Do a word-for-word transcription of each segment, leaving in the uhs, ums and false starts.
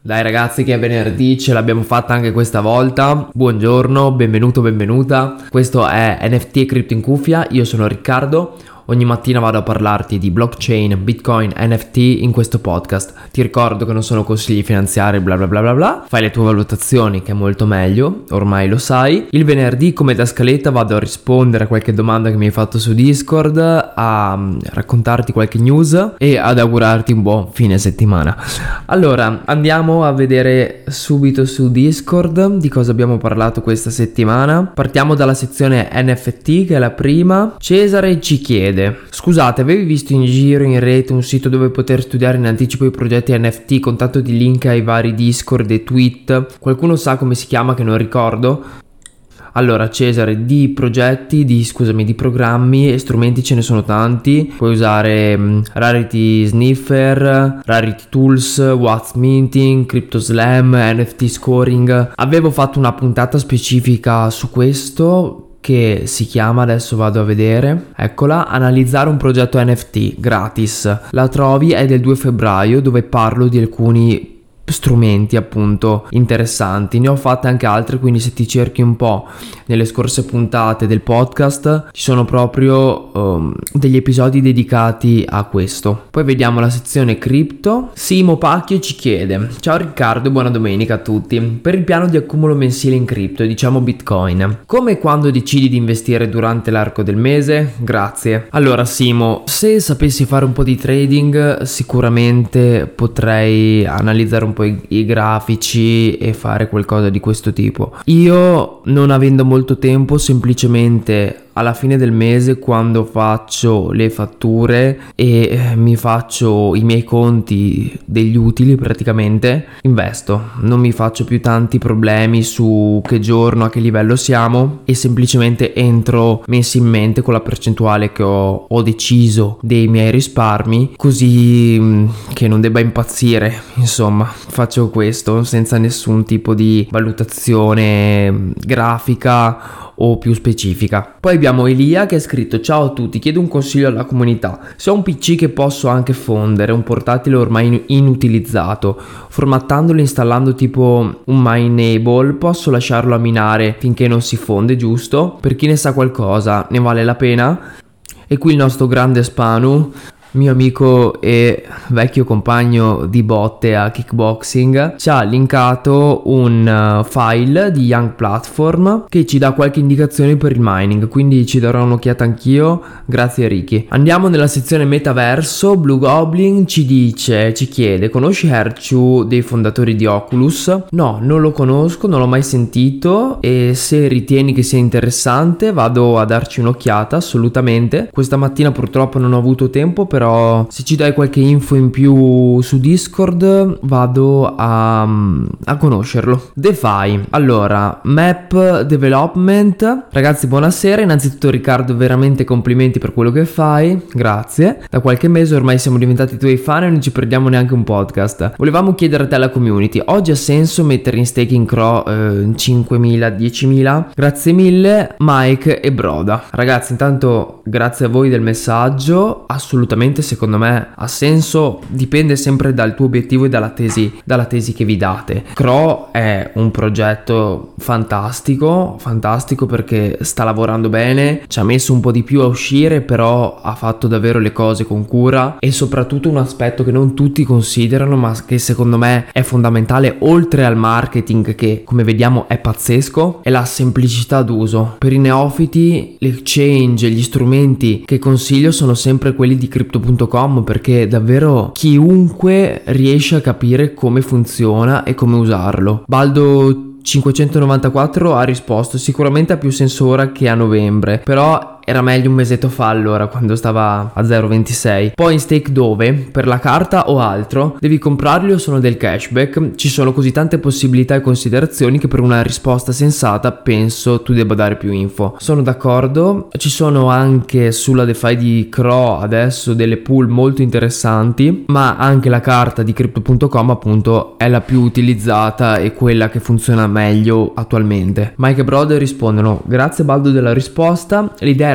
Dai ragazzi che è venerdì, ce l'abbiamo fatta anche questa volta. Buongiorno, benvenuto, benvenuta. Questo è N F T e Cripto in Cuffia, io sono Riccardo. Ogni mattina vado a parlarti di blockchain, bitcoin, N F T in questo podcast. Ti ricordo che non sono consigli finanziari, bla bla bla bla bla. Fai le tue valutazioni, che è molto meglio, ormai lo sai. Il venerdì, come da scaletta, vado a rispondere a qualche domanda che mi hai fatto su Discord, a raccontarti qualche news e ad augurarti un buon fine settimana. Allora, andiamo a vedere subito su Discord di cosa abbiamo parlato questa settimana. Partiamo dalla sezione N F T, che è la prima. Cesare ci chiede: scusate, avevi visto in giro in rete un sito dove poter studiare in anticipo i progetti N F T con tanto di link ai vari Discord e tweet? Qualcuno sa come si chiama, che non ricordo? Allora Cesare, di progetti, di scusami, di programmi e strumenti ce ne sono tanti. Puoi usare um, Rarity Sniffer, Rarity Tools, What's Minting, CryptoSlam, N F T Scoring. Avevo fatto una puntata specifica su questo che si chiama, adesso vado a vedere, eccola, analizzare un progetto N F T gratis. La trovi, è del due febbraio, dove parlo di alcuni strumenti appunto interessanti. Ne ho fatte anche altre, quindi se ti cerchi un po' nelle scorse puntate del podcast ci sono proprio um, degli episodi dedicati a questo. Poi vediamo la sezione cripto. Simo Pacchio ci chiede: ciao Riccardo e buona domenica a tutti. Per il piano di accumulo mensile in cripto, diciamo bitcoin, come e quando decidi di investire durante l'arco del mese? Grazie. Allora Simo, se sapessi fare un po' di trading sicuramente potrei analizzare un po' i, i grafici e fare qualcosa di questo tipo. Io, non avendo molto tempo, semplicemente alla fine del mese, quando faccio le fatture e mi faccio i miei conti degli utili, praticamente investo. Non mi faccio più tanti problemi su che giorno, a che livello siamo, e semplicemente entro mensilmente con la percentuale che ho, ho deciso dei miei risparmi, così che non debba impazzire. Insomma, faccio questo senza nessun tipo di valutazione grafica o più specifica. Poi abbiamo Elia che ha scritto: ciao a tutti, chiedo un consiglio alla comunità. Se ho un P C che posso anche fondere, un portatile ormai inutilizzato, formattandolo e installando tipo un Mineable, posso lasciarlo a minare finché non si fonde, giusto? Per chi ne sa qualcosa, ne vale la pena? E qui il nostro grande Spanu, mio amico e vecchio compagno di botte a kickboxing, ci ha linkato un file di Young Platform che ci dà qualche indicazione per il mining, quindi ci darò un'occhiata anch'io. Grazie Ricky. Andiamo nella sezione metaverso. Blue Goblin ci dice, ci chiede: conosci Herchu, dei fondatori di Oculus? No, non lo conosco, non l'ho mai sentito, e se ritieni che sia interessante vado a darci un'occhiata assolutamente. Questa mattina purtroppo non ho avuto tempo, per però se ci dai qualche info in più su Discord vado a, a conoscerlo. DeFi, allora, Map Development. Ragazzi, buonasera. Innanzitutto Riccardo, veramente complimenti per quello che fai, grazie. Da qualche mese ormai siamo diventati tuoi fan e non ci perdiamo neanche un podcast. Volevamo chiedere a te, alla community: oggi ha senso mettere in staking C R O eh, cinquemila, diecimila? Grazie mille Mike e Broda. Ragazzi, intanto grazie a voi del messaggio. Assolutamente, secondo me ha senso, dipende sempre dal tuo obiettivo e dalla tesi, dalla tesi che vi date. C R O è un progetto fantastico, fantastico perché sta lavorando bene, ci ha messo un po' di più a uscire, però ha fatto davvero le cose con cura, e soprattutto un aspetto che non tutti considerano ma che secondo me è fondamentale, oltre al marketing che come vediamo è pazzesco, è la semplicità d'uso. Per i neofiti l'exchange, gli strumenti che consiglio sono sempre quelli di crypto punto com, perché davvero chiunque riesce a capire come funziona e come usarlo. Baldo cinquecentonovantaquattro ha risposto: sicuramente ha più senso ora che a novembre, però era meglio un mesetto fa, allora, quando stava a zero virgola ventisei. Poi in stake dove? Per la carta o altro? Devi comprarli o sono del cashback? Ci sono così tante possibilità e considerazioni che per una risposta sensata penso tu debba dare più info. Sono d'accordo. Ci sono anche sulla DeFi di C R O adesso delle pool molto interessanti, ma anche la carta di crypto punto com appunto è la più utilizzata e quella che funziona meglio attualmente. Mike e Brother rispondono: grazie Baldo della risposta, l'idea era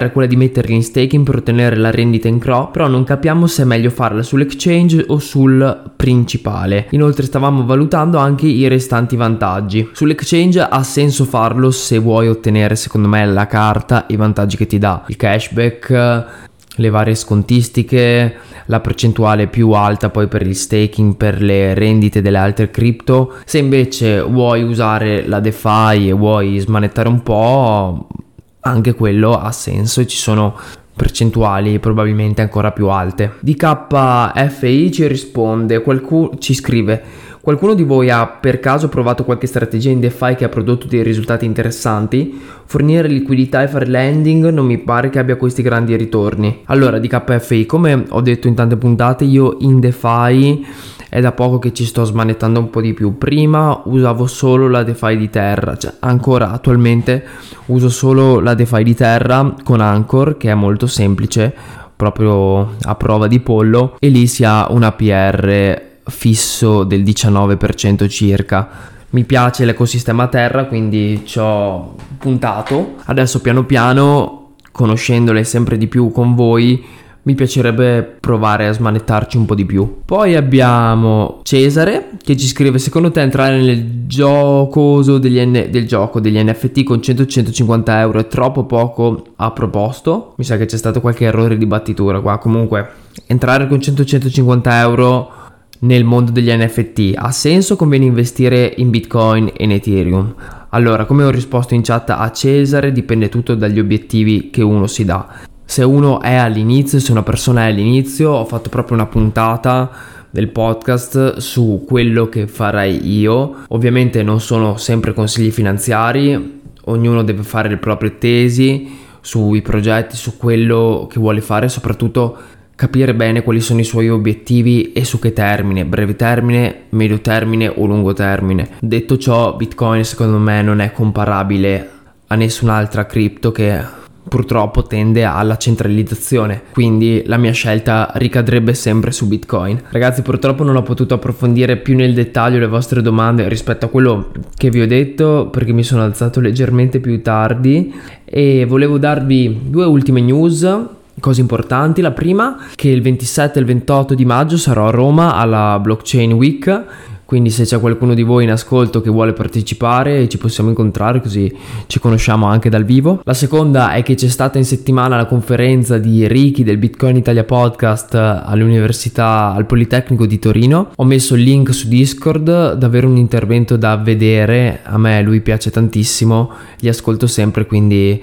era quella di metterli in staking per ottenere la rendita in C R O, però non capiamo se è meglio farla sull'exchange o sul principale. Inoltre stavamo valutando anche i restanti vantaggi. Sull'exchange ha senso farlo se vuoi ottenere, secondo me, la carta e i vantaggi che ti dà, il cashback, le varie scontistiche, la percentuale più alta poi per il staking, per le rendite delle altre cripto. Se invece vuoi usare la DeFi e vuoi smanettare un po', anche quello ha senso e ci sono percentuali probabilmente ancora più alte. D K F I ci risponde, qualcuno ci scrive: qualcuno di voi ha per caso provato qualche strategia in DeFi che ha prodotto dei risultati interessanti? Fornire liquidità e fare lending non mi pare che abbia questi grandi ritorni. Allora, D K F I, come ho detto in tante puntate, io in DeFi è da poco che ci sto smanettando un po' di più. Prima usavo solo la DeFi di Terra, cioè ancora attualmente uso solo la DeFi di Terra con Anchor, che è molto semplice, proprio a prova di pollo, e lì si ha un A P R fisso del diciannove per cento circa. Mi piace l'ecosistema Terra, quindi ci ho puntato. Adesso piano piano, conoscendole sempre di più con voi, mi piacerebbe provare a smanettarci un po' di più. Poi abbiamo Cesare che ci scrive: secondo te entrare nel giocoso degli N- del gioco degli N F T con cento centocinquanta euro è troppo poco a proposto? Mi sa che c'è stato qualche errore di battitura qua. Comunque, entrare con cento centocinquanta euro nel mondo degli N F T ha senso o conviene investire in Bitcoin e in Ethereum? Allora, come ho risposto in chat a Cesare, dipende tutto dagli obiettivi che uno si dà. Se uno è all'inizio, se una persona è all'inizio, ho fatto proprio una puntata del podcast su quello che farei io. Ovviamente non sono sempre consigli finanziari, ognuno deve fare le proprie tesi sui progetti, su quello che vuole fare, soprattutto capire bene quali sono i suoi obiettivi e su che termine, breve termine, medio termine o lungo termine. Detto ciò, Bitcoin secondo me non è comparabile a nessun'altra cripto che purtroppo tende alla centralizzazione, quindi la mia scelta ricadrebbe sempre su Bitcoin. Ragazzi, purtroppo non ho potuto approfondire più nel dettaglio le vostre domande rispetto a quello che vi ho detto, perché mi sono alzato leggermente più tardi e volevo darvi due ultime news, cose importanti. La prima, che il ventisette e il ventotto di maggio sarò a Roma alla Blockchain Week, quindi se c'è qualcuno di voi in ascolto che vuole partecipare ci possiamo incontrare, così ci conosciamo anche dal vivo. La seconda è che c'è stata in settimana la conferenza di Ricky del Bitcoin Italia Podcast all'università, al Politecnico di Torino. Ho messo il link su Discord, davvero un intervento da vedere, a me lui piace tantissimo, li ascolto sempre, quindi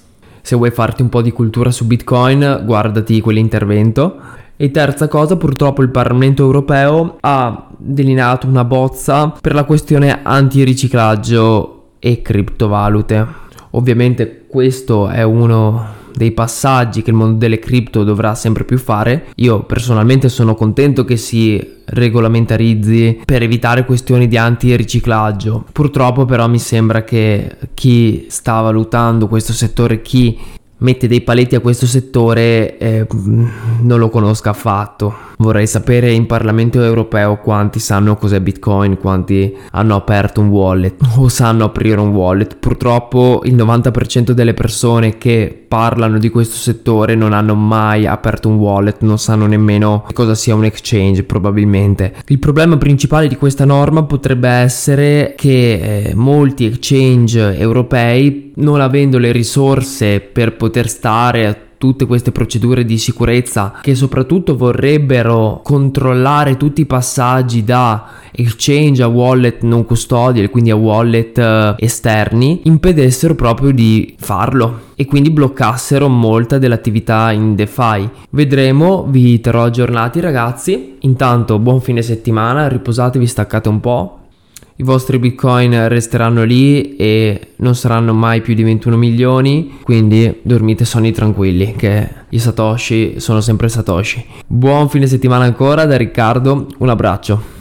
se vuoi farti un po' di cultura su Bitcoin guardati quell'intervento. E terza cosa, purtroppo il Parlamento europeo ha delineato una bozza per la questione antiriciclaggio e criptovalute. Ovviamente questo è uno dei passaggi che il mondo delle cripto dovrà sempre più fare. Io personalmente sono contento che si regolamentarizzi per evitare questioni di antiriciclaggio. Purtroppo però mi sembra che chi sta valutando questo settore, chi mette dei paletti a questo settore, eh, non lo conosca affatto. Vorrei sapere in Parlamento europeo quanti sanno cos'è Bitcoin, quanti hanno aperto un wallet o sanno aprire un wallet. Purtroppo il novanta per cento delle persone che parlano di questo settore non hanno mai aperto un wallet, non sanno nemmeno cosa sia un exchange probabilmente. Il problema principale di questa norma potrebbe essere che eh, molti exchange europei, non avendo le risorse per poter stare a tutte queste procedure di sicurezza, che soprattutto vorrebbero controllare tutti i passaggi da exchange a wallet non custodial, quindi a wallet eh, esterni, impedessero proprio di farlo e quindi bloccassero molta dell'attività in DeFi. Vedremo, vi terrò aggiornati ragazzi. Intanto buon fine settimana, riposatevi, staccate un po'. I vostri bitcoin resteranno lì e non saranno mai più di ventuno milioni, quindi dormite sonni tranquilli, che i Satoshi sono sempre Satoshi. Buon fine settimana ancora da Riccardo, un abbraccio.